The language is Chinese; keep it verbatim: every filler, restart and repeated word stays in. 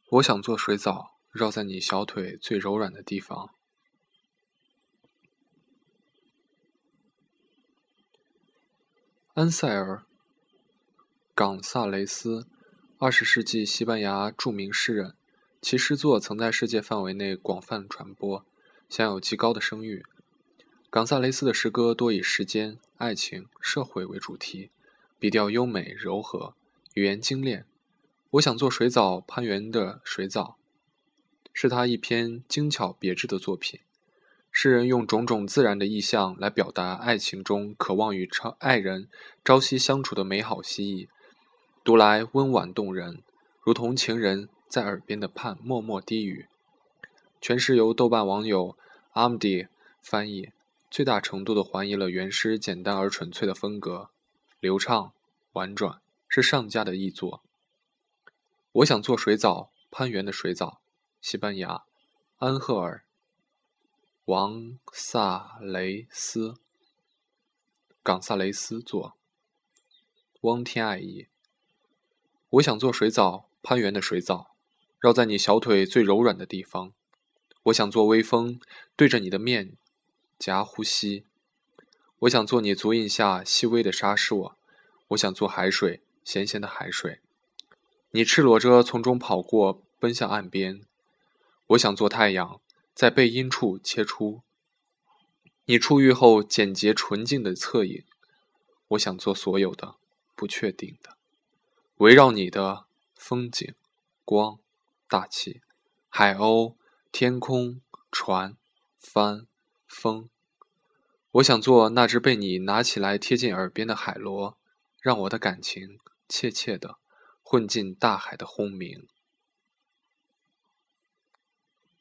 我想做水藻，绕在你小腿最柔软的地方。安塞尔·冈萨雷斯，二十世纪西班牙著名诗人，其诗作曾在世界范围内广泛传播，享有极高的声誉。冈萨雷斯的诗歌多以时间、爱情、社会为主题，笔调优美柔和，语言精炼。我想做水藻，攀援的水藻，是他一篇精巧别致的作品。诗人用种种自然的意象来表达爱情中渴望与爱人朝夕相处的美好希冀，读来温婉动人，如同情人在耳边的盼默默低语。全诗由豆瓣网友 Amdi 翻译，最大程度地还原了原诗简单而纯粹的风格，流畅婉转，是上佳的译作。我想做水藻，攀援的水藻，西班牙，安赫尔王萨雷斯，冈萨雷斯作，汪天爱译。我想做水藻，攀援的水藻，绕在你小腿最柔软的地方。我想做微风，对着你的面颊呼吸。我想做你足印下细微的沙烁。我想做海水，咸咸的海水。你赤裸着从中跑过，奔向岸边。我想做太阳，在背阴处切出你出狱后简洁纯净的侧影。我想做所有的不确定的，围绕你的风景、光、大气、海鸥、天空、船、帆、风。我想做那只被你拿起来贴近耳边的海螺，让我的感情切切地混进大海的轰鸣。